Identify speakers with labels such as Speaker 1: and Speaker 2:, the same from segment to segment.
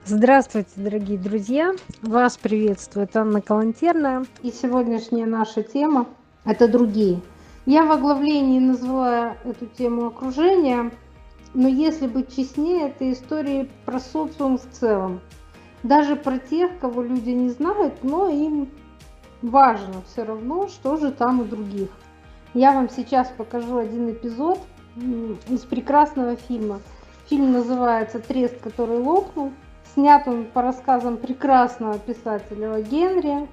Speaker 1: Здравствуйте, дорогие друзья! Вас приветствует Анна Калантерная. И сегодняшняя наша тема– это другие. Я в оглавлении называю эту тему окружение, но если быть честнее, это истории про социум в целом. Даже про тех, кого люди не знают, но им важно все равно, что же там у других. Я вам сейчас покажу один эпизод из прекрасного фильма. Фильм называется «Трест, который лопнул». Снят он по рассказам прекрасного писателя Генри,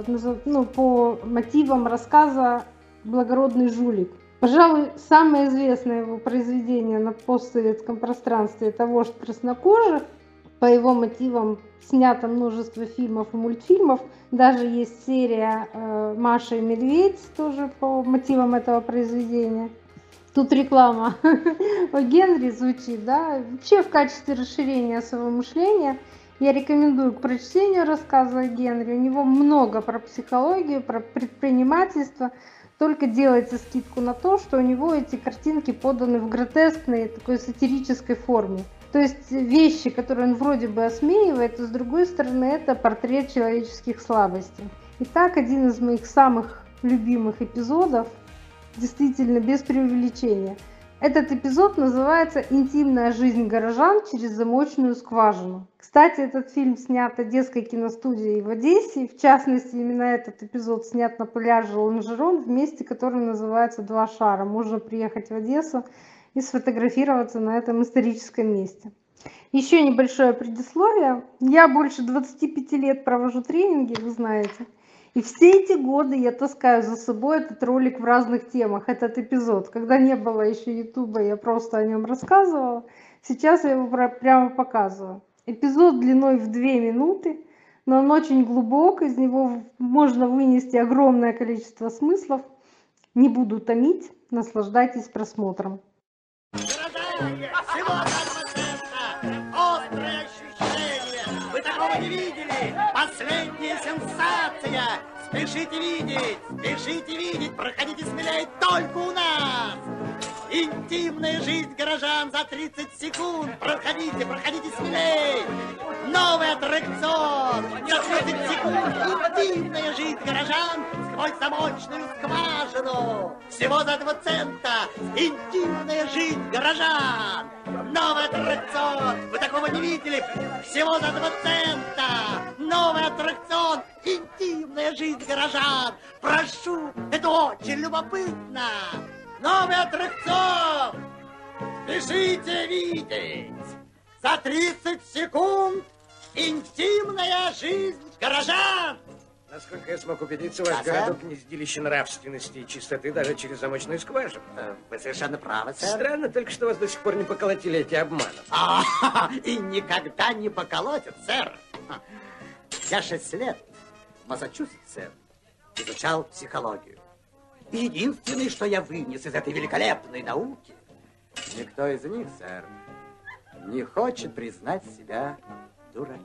Speaker 1: по мотивам рассказа «Благородный жулик». Пожалуй, самое известное его произведение на постсоветском пространстве – это «Вождь краснокожих». По его мотивам снято множество фильмов и мультфильмов. Даже есть серия «Маша и медведь», тоже по мотивам этого произведения. Тут реклама о Генри звучит, да. Вообще в качестве расширения своего мышления я рекомендую к прочтению рассказа о Генри. У него много про психологию, про предпринимательство. Только делайте скидку на то, что у него эти картинки поданы в гротескной такой сатирической форме. То есть вещи, которые он вроде бы осмеивает, а с другой стороны это портрет человеческих слабостей. Итак, один из моих самых любимых эпизодов, действительно без преувеличения. Этот эпизод называется «Интимная жизнь горожан через замочную скважину». Кстати, этот фильм снят Одесской киностудией в Одессе. В частности, именно этот эпизод снят на пляже Лонжерон в месте, которое называется «Два шара». Можно приехать в Одессу и сфотографироваться на этом историческом месте. Еще небольшое предисловие. Я больше 25 лет провожу тренинги, вы знаете. И все эти годы я таскаю за собой этот ролик в разных темах, этот эпизод. Когда не было еще Ютуба, я просто о нем рассказывала. Сейчас я его прямо показываю. Эпизод длиной в 2 минуты, но он очень глубок, из него можно вынести огромное количество смыслов. Не буду томить, наслаждайтесь просмотром.
Speaker 2: Острое ощущение! Вы такого не видели! Последняя сенсация! Спешите видеть! Проходите смелее только у нас! Интимная жизнь горожан за 30 секунд! Проходите смелее! Новый аттракцион! За 30 секунд интимная жизнь горожан сквозь замочную скважину! Всего за 2 цента! Интимная жизнь горожан! Новый аттракцион! Вы такого не видели? Всего за 2 цента! Новый аттракцион! Интимная жизнь горожан! Прошу, это очень любопытно! Новый аттракцион! Спешите видеть! За 30 секунд интимная жизнь горожан!
Speaker 3: Насколько я смог убедиться, ваш городок гнездилище нравственности и чистоты даже через замочную скважину.
Speaker 2: Вы совершенно правы, сэр.
Speaker 3: Странно только, что вас до сих пор не поколотили эти обманом.
Speaker 2: И никогда не поколотят, сэр. Я 6 лет в Массачусетсе изучал психологию. И единственное, что я вынес из этой великолепной науки, никто из них, сэр, не хочет признать себя дураком.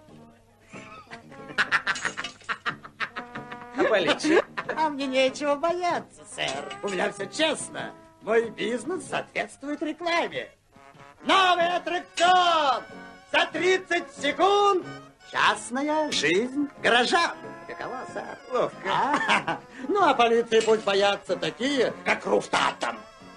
Speaker 3: А полиция?
Speaker 2: А мне нечего бояться, сэр. У меня все честно. Мой бизнес соответствует рекламе. Новый аттракцион! За 30 секунд! Частная жизнь горожан. Какова, сэр?
Speaker 3: Ловко.
Speaker 2: Ну, а полиции пусть боятся такие, как Руфтатом.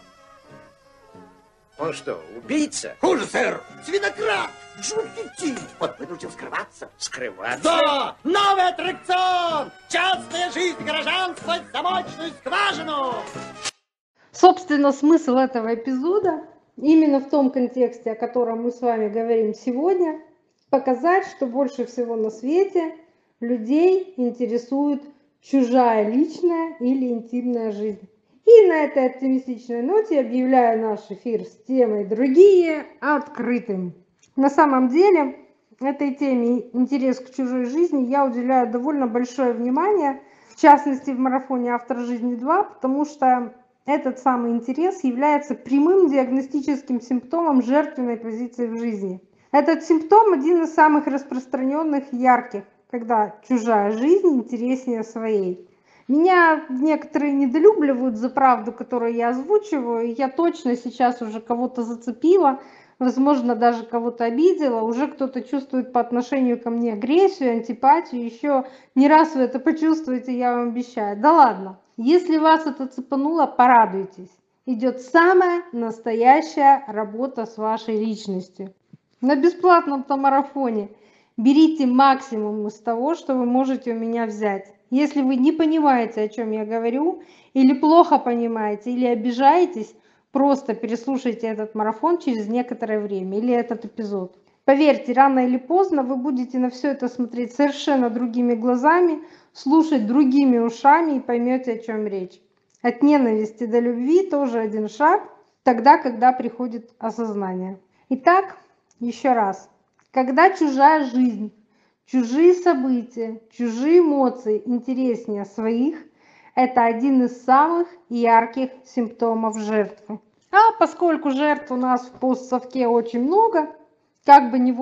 Speaker 3: Он что, убийца?
Speaker 2: Хуже, сэр, свинократ, жуткий тип. Он вынужден скрываться.
Speaker 3: Скрываться?
Speaker 2: Да! Новый аттракцион! Частная жизнь горожан сквозь замочную скважину!
Speaker 1: Собственно, смысл этого эпизода именно в том контексте, о котором мы с вами говорим сегодня, показать, что больше всего на свете людей интересует чужая личная или интимная жизнь. И на этой оптимистичной ноте объявляю наш эфир с темой «Другие» открытым. На самом деле, этой теме интерес к чужой жизни я уделяю довольно большое внимание, в частности в марафоне «Автор жизни 2», потому что этот самый интерес является прямым диагностическим симптомом жертвенной позиции в жизни. Этот симптом один из самых распространенных и ярких, когда чужая жизнь интереснее своей. Меня некоторые недолюбливают за правду, которую я озвучиваю. И я точно сейчас уже кого-то зацепила, возможно, даже кого-то обидела. Уже кто-то чувствует по отношению ко мне агрессию, антипатию. Еще не раз вы это почувствуете, я вам обещаю. Да ладно. Если вас это цепануло, порадуйтесь. Идет самая настоящая работа с вашей личностью. На бесплатном-то марафоне берите максимум из того, что вы можете у меня взять. Если вы не понимаете, о чем я говорю, или плохо понимаете, или обижаетесь, просто переслушайте этот марафон через некоторое время или этот эпизод. Поверьте, рано или поздно вы будете на все это смотреть совершенно другими глазами, слушать другими ушами и поймете, о чем речь. От ненависти до любви тоже один шаг, тогда, когда приходит осознание. Итак, еще раз. Когда чужая жизнь, чужие события, чужие эмоции интереснее своих, это один из самых ярких симптомов жертвы. А поскольку жертв у нас в постсовке очень много, как бы не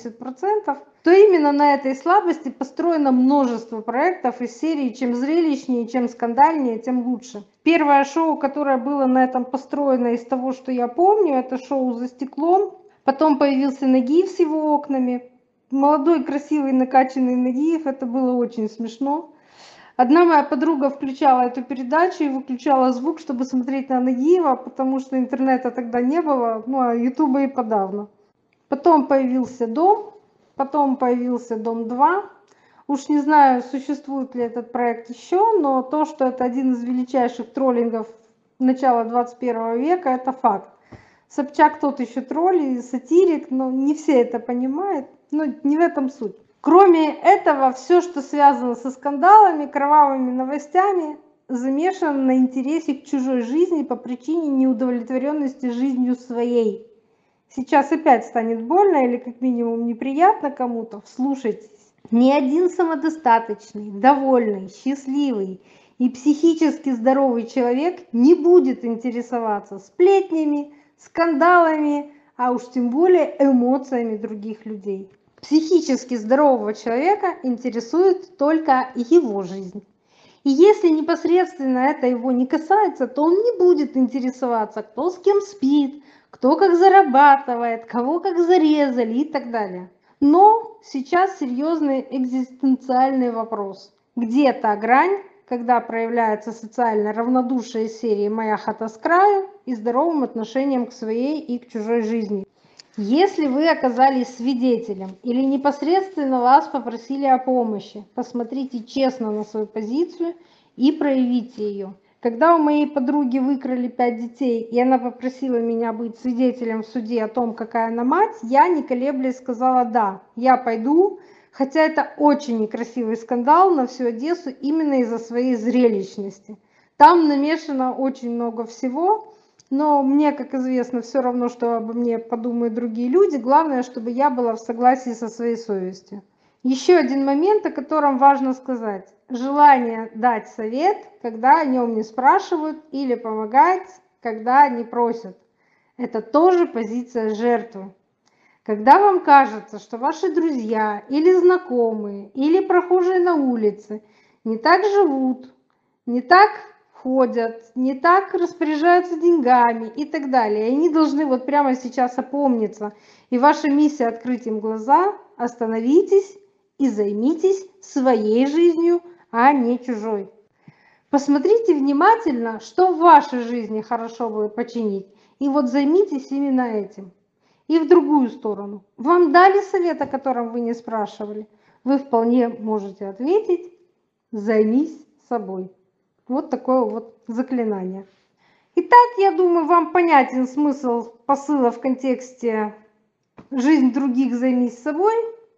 Speaker 1: 80%, то именно на этой слабости построено множество проектов из серии «Чем зрелищнее, чем скандальнее, тем лучше». Первое шоу, которое было на этом построено из того, что я помню, это шоу «За стеклом». Потом появился Нагиев с его окнами. Молодой, красивый, накачанный Нагиев. Это было очень смешно. Одна моя подруга включала эту передачу и выключала звук, чтобы смотреть на Нагиева, потому что интернета тогда не было, ну а ютуба и подавно. Потом появился Дом, потом появился Дом 2. Уж не знаю, существует ли этот проект еще, но то, что это один из величайших троллингов начала 21 века, это факт. Собчак тот еще тролль и сатирик, но не все это понимают, но не в этом суть. Кроме этого, все, что связано со скандалами, кровавыми новостями, замешано на интересе к чужой жизни по причине неудовлетворенности жизнью своей. Сейчас опять станет больно или как минимум неприятно кому-то, вслушайтесь. Ни один самодостаточный, довольный, счастливый и психически здоровый человек не будет интересоваться сплетнями, скандалами, а уж тем более эмоциями других людей. Психически здорового человека интересует только его жизнь. И если непосредственно это его не касается, то он не будет интересоваться, кто с кем спит, кто как зарабатывает, кого как зарезали и так далее. Но сейчас серьезный экзистенциальный вопрос. Где та грань, когда проявляется социальное равнодушие из серии «Моя хата с краю» и здоровым отношением к своей и к чужой жизни? Если вы оказались свидетелем или непосредственно вас попросили о помощи, посмотрите честно на свою позицию и проявите ее. Когда у моей подруги выкрали 5 детей, и она попросила меня быть свидетелем в суде о том, какая она мать, я, не колеблясь, сказала «да, я пойду», хотя это очень некрасивый скандал на всю Одессу именно из-за своей зрелищности. Там намешано очень много всего, но мне, как известно, все равно, что обо мне подумают другие люди. Главное, чтобы я была в согласии со своей совестью. Еще один момент, о котором важно сказать. Желание дать совет, когда о нем не спрашивают, или помогать, когда не просят. Это тоже позиция жертвы. Когда вам кажется, что ваши друзья или знакомые, или прохожие на улице не так живут, не так ходят, не так распоряжаются деньгами и так далее. И они должны вот прямо сейчас опомниться. И ваша миссия открыть им глаза, остановитесь и займитесь своей жизнью, а не чужой. Посмотрите внимательно, что в вашей жизни хорошо бы починить. И вот займитесь именно этим. И в другую сторону. Вам дали совет, о котором вы не спрашивали. Вы вполне можете ответить: займись собой. Вот такое вот заклинание. Итак, я думаю, вам понятен смысл посыла в контексте «жизнь других, займись собой».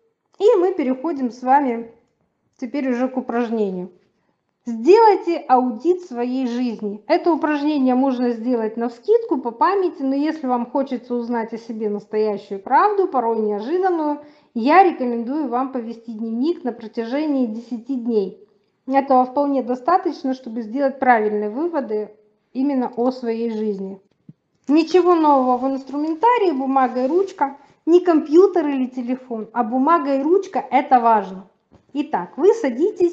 Speaker 1: И мы переходим с вами теперь уже к упражнению. Сделайте аудит своей жизни. Это упражнение можно сделать навскидку, по памяти, но если вам хочется узнать о себе настоящую правду, порой неожиданную, я рекомендую вам повести дневник на протяжении 10 дней. Этого вполне достаточно, чтобы сделать правильные выводы именно о своей жизни. Ничего нового в инструментарии, бумага и ручка, не компьютер или телефон, а бумага и ручка – это важно. Итак, вы садитесь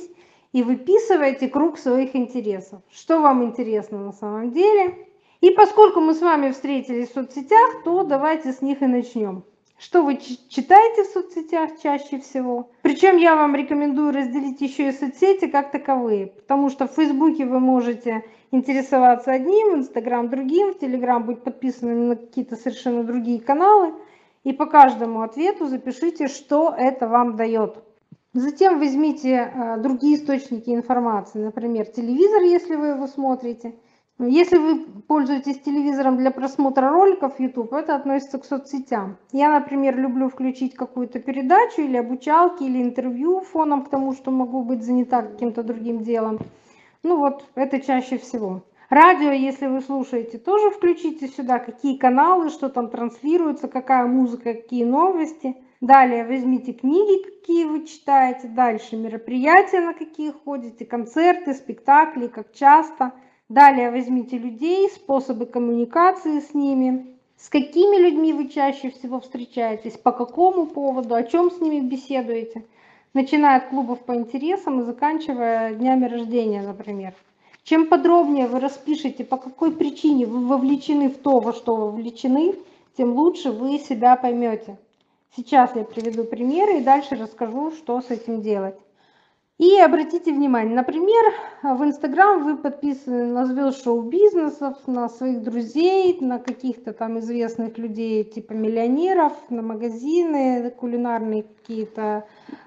Speaker 1: и выписываете круг своих интересов. Что вам интересно на самом деле? И поскольку мы с вами встретились в соцсетях, то давайте с них и начнем. Что вы читаете в соцсетях чаще всего? Причем я вам рекомендую разделить еще и соцсети как таковые, потому что в Фейсбуке вы можете интересоваться одним, в Инстаграм другим, в Телеграм быть подписанными на какие-то совершенно другие каналы, и по каждому ответу запишите, что это вам дает. Затем возьмите другие источники информации, например, телевизор, если вы его смотрите. Если вы пользуетесь телевизором для просмотра роликов YouTube, это относится к соцсетям. Я, например, люблю включить какую-то передачу или обучалки, или интервью фоном к тому, что могу быть занята каким-то другим делом. Ну вот, это чаще всего. Радио, если вы слушаете, тоже включите сюда, какие каналы, что там транслируется, какая музыка, какие новости. Далее возьмите книги, какие вы читаете. Дальше мероприятия, на какие ходите, концерты, спектакли, как часто. Далее возьмите людей, способы коммуникации с ними, с какими людьми вы чаще всего встречаетесь, по какому поводу, о чем с ними беседуете, начиная от клубов по интересам и заканчивая днями рождения, например. Чем подробнее вы распишете, по какой причине вы вовлечены в то, во что вовлечены, тем лучше вы себя поймете. Сейчас я приведу примеры и дальше расскажу, что с этим делать. И обратите внимание, например, в Инстаграм вы подписаны на звезд шоу-бизнесов, на своих друзей, на каких-то там известных людей типа миллионеров, на магазины, кулинарные какие-то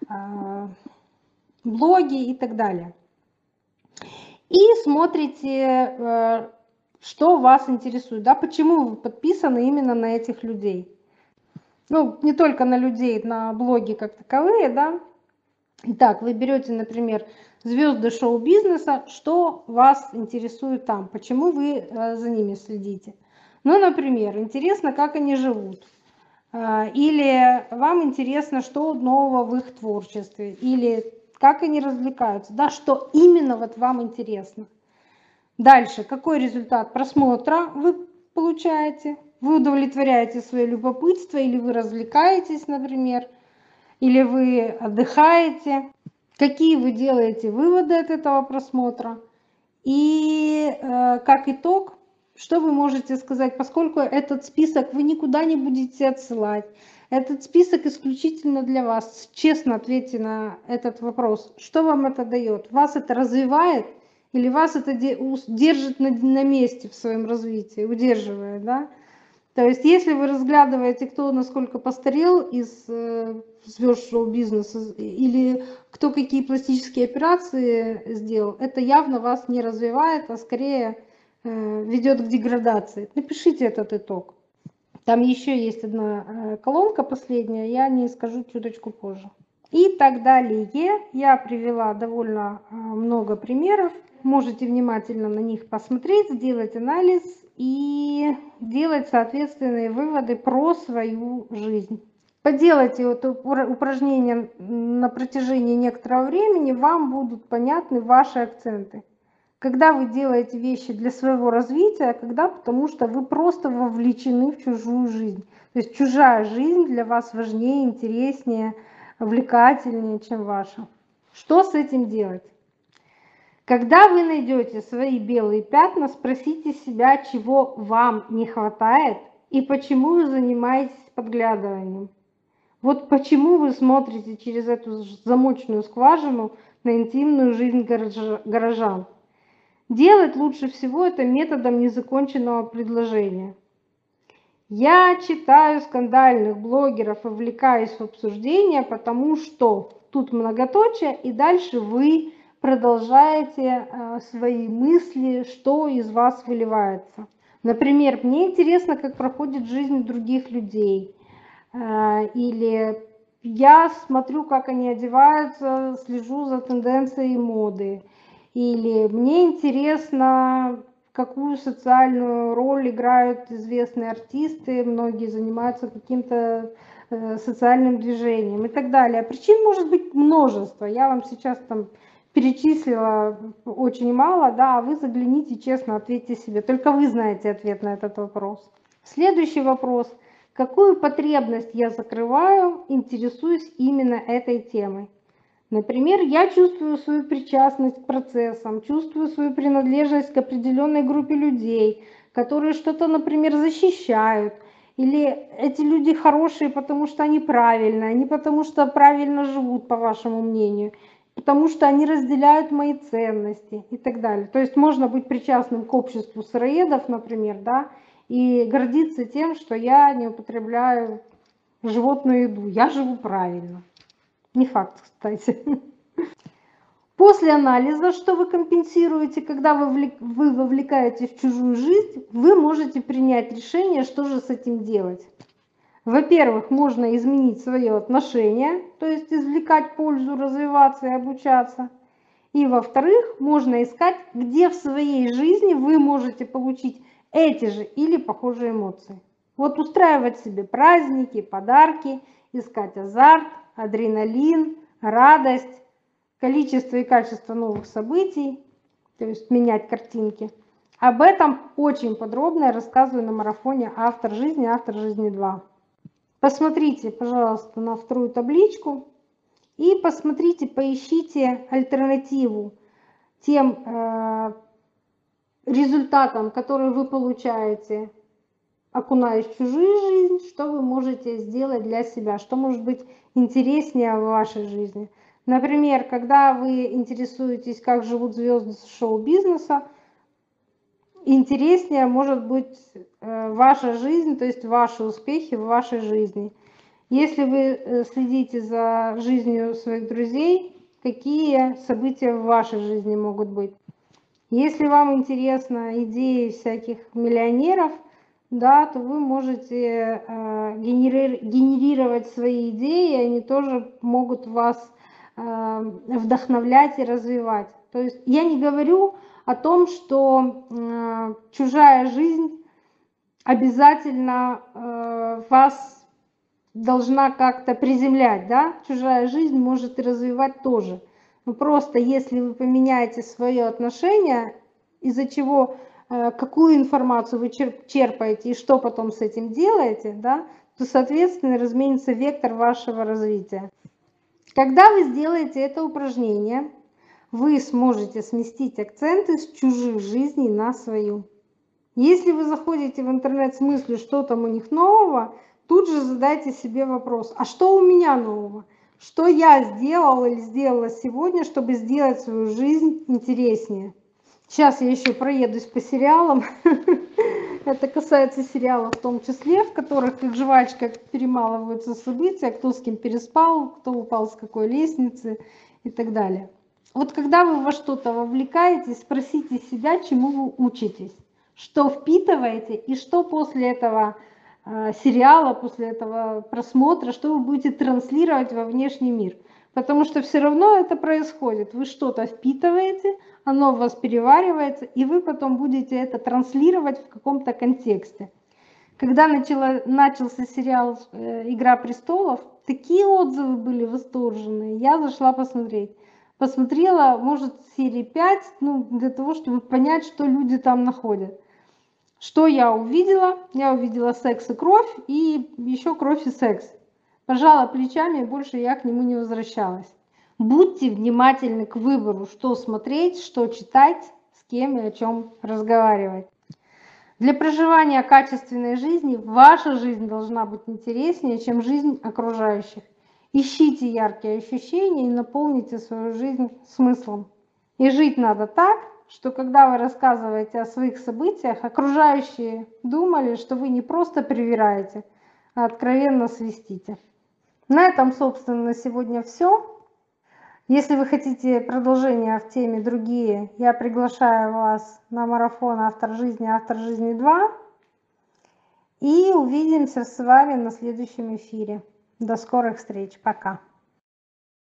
Speaker 1: блоги и так далее. И смотрите, что вас интересует, да, почему вы подписаны именно на этих людей. Ну, не только на людей, на блоги как таковые, да. Итак, вы берете, например, звезды шоу-бизнеса, что вас интересует там, почему вы за ними следите. Ну, например, интересно, как они живут. Или вам интересно, что нового в их творчестве. Или как они развлекаются. Да, что именно вот вам интересно. Дальше, какой результат просмотра вы получаете. Вы удовлетворяете свое любопытство, или вы развлекаетесь, например. Или вы отдыхаете, какие вы делаете выводы от этого просмотра. И как итог, что вы можете сказать, поскольку этот список вы никуда не будете отсылать, этот список исключительно для вас. Честно ответьте на этот вопрос. Что вам это дает? Вас это развивает или вас это держит на месте в своем развитии, удерживает, да? То есть, если вы разглядываете, кто насколько постарел из звезд шоу-бизнеса или кто какие пластические операции сделал, это явно вас не развивает, а скорее ведет к деградации. Напишите этот итог. Там еще есть одна колонка последняя, я не скажу чуточку позже. И так далее. Я привела довольно много примеров. Можете внимательно на них посмотреть, сделать анализ и делать соответственные выводы про свою жизнь. Поделайте это упражнение на протяжении некоторого времени, вам будут понятны ваши акценты. Когда вы делаете вещи для своего развития, а когда потому что вы просто вовлечены в чужую жизнь. То есть чужая жизнь для вас важнее, интереснее, увлекательнее, чем ваша. Что с этим делать? Когда вы найдете свои белые пятна, спросите себя, чего вам не хватает и почему вы занимаетесь подглядыванием. Вот почему вы смотрите через эту замочную скважину на интимную жизнь горожан. Делать лучше всего это методом незаконченного предложения. Я читаю скандальных блогеров и вовлекаюсь в обсуждение, потому что тут многоточие, и дальше вы продолжаете свои мысли, что из вас выливается. Например, мне интересно, как проходит жизнь других людей. Или я смотрю, как они одеваются, слежу за тенденцией моды. Или мне интересно, какую социальную роль играют известные артисты, многие занимаются каким-то социальным движением и так далее. Причин может быть множество. Я вам сейчас там перечислила очень мало, да, а вы загляните, честно ответьте себе. Только вы знаете ответ на этот вопрос. Следующий вопрос. Какую потребность я закрываю, интересуюсь именно этой темой? Например, я чувствую свою причастность к процессам, чувствую свою принадлежность к определенной группе людей, которые что-то, например, защищают. Или эти люди хорошие, потому что они правильные, не потому что правильно живут, по вашему мнению, потому что они разделяют мои ценности и так далее. То есть можно быть причастным к обществу сыроедов, например, да, и гордиться тем, что я не употребляю животную еду, я живу правильно. Не факт, кстати. После анализа, что вы компенсируете, когда вы вовлекаетесь в чужую жизнь, вы можете принять решение, что же с этим делать. Во-первых, можно изменить свое отношение, то есть извлекать пользу, развиваться и обучаться. И во-вторых, можно искать, где в своей жизни вы можете получить эти же или похожие эмоции. Вот устраивать себе праздники, подарки, искать азарт, адреналин, радость, количество и качество новых событий, то есть менять картинки. Об этом очень подробно я рассказываю на марафоне «Автор жизни 2». Посмотрите, пожалуйста, на вторую табличку и посмотрите, поищите альтернативу тем результатам, которые вы получаете, окунаясь в чужую жизнь, что вы можете сделать для себя, что может быть интереснее в вашей жизни. Например, когда вы интересуетесь, как живут звезды шоу-бизнеса, интереснее может быть ваша жизнь, то есть ваши успехи в вашей жизни. Если вы следите за жизнью своих друзей, какие события в вашей жизни могут быть. Если вам интересны идеи всяких миллионеров, да, то вы можете генерировать свои идеи, и они тоже могут вас вдохновлять и развивать. То есть я не говорю о том, что чужая жизнь обязательно вас должна как-то приземлять, да? Чужая жизнь может и развивать тоже. Но просто если вы поменяете свое отношение, из-за чего какую информацию вы черпаете и что потом с этим делаете, да, то, соответственно, изменится вектор вашего развития. Когда вы сделаете это упражнение, вы сможете сместить акценты с чужих жизней на свою. Если вы заходите в интернет с мыслью, что там у них нового, тут же задайте себе вопрос, а что у меня нового? Что я сделал или сделала сегодня, чтобы сделать свою жизнь интереснее? Сейчас я еще проедусь по сериалам. Это касается сериалов в том числе, в которых как жвачка перемалываются события, кто с кем переспал, кто упал с какой лестницы и так далее. Вот когда вы во что-то вовлекаетесь, спросите себя, чему вы учитесь, что впитываете и что после этого сериала, после этого просмотра, что вы будете транслировать во внешний мир. Потому что все равно это происходит. Вы что-то впитываете, оно в вас переваривается, и вы потом будете это транслировать в каком-то контексте. Когда начался сериал «Игра престолов», такие отзывы были восторженные. Я зашла посмотреть. Посмотрела, может, серии 5, ну, для того, чтобы понять, что люди там находят. Что я увидела? Я увидела секс и кровь, и еще кровь и секс. Пожала плечами, и больше я к нему не возвращалась. Будьте внимательны к выбору, что смотреть, что читать, с кем и о чем разговаривать. Для проживания качественной жизни ваша жизнь должна быть интереснее, чем жизнь окружающих. Ищите яркие ощущения и наполните свою жизнь смыслом. И жить надо так, что когда вы рассказываете о своих событиях, окружающие думали, что вы не просто привираете, а откровенно свистите. На этом, собственно, на сегодня все. Если вы хотите продолжения в теме другие, я приглашаю вас на марафон «Автор жизни 2». И увидимся с вами на следующем эфире. До скорых встреч. Пока.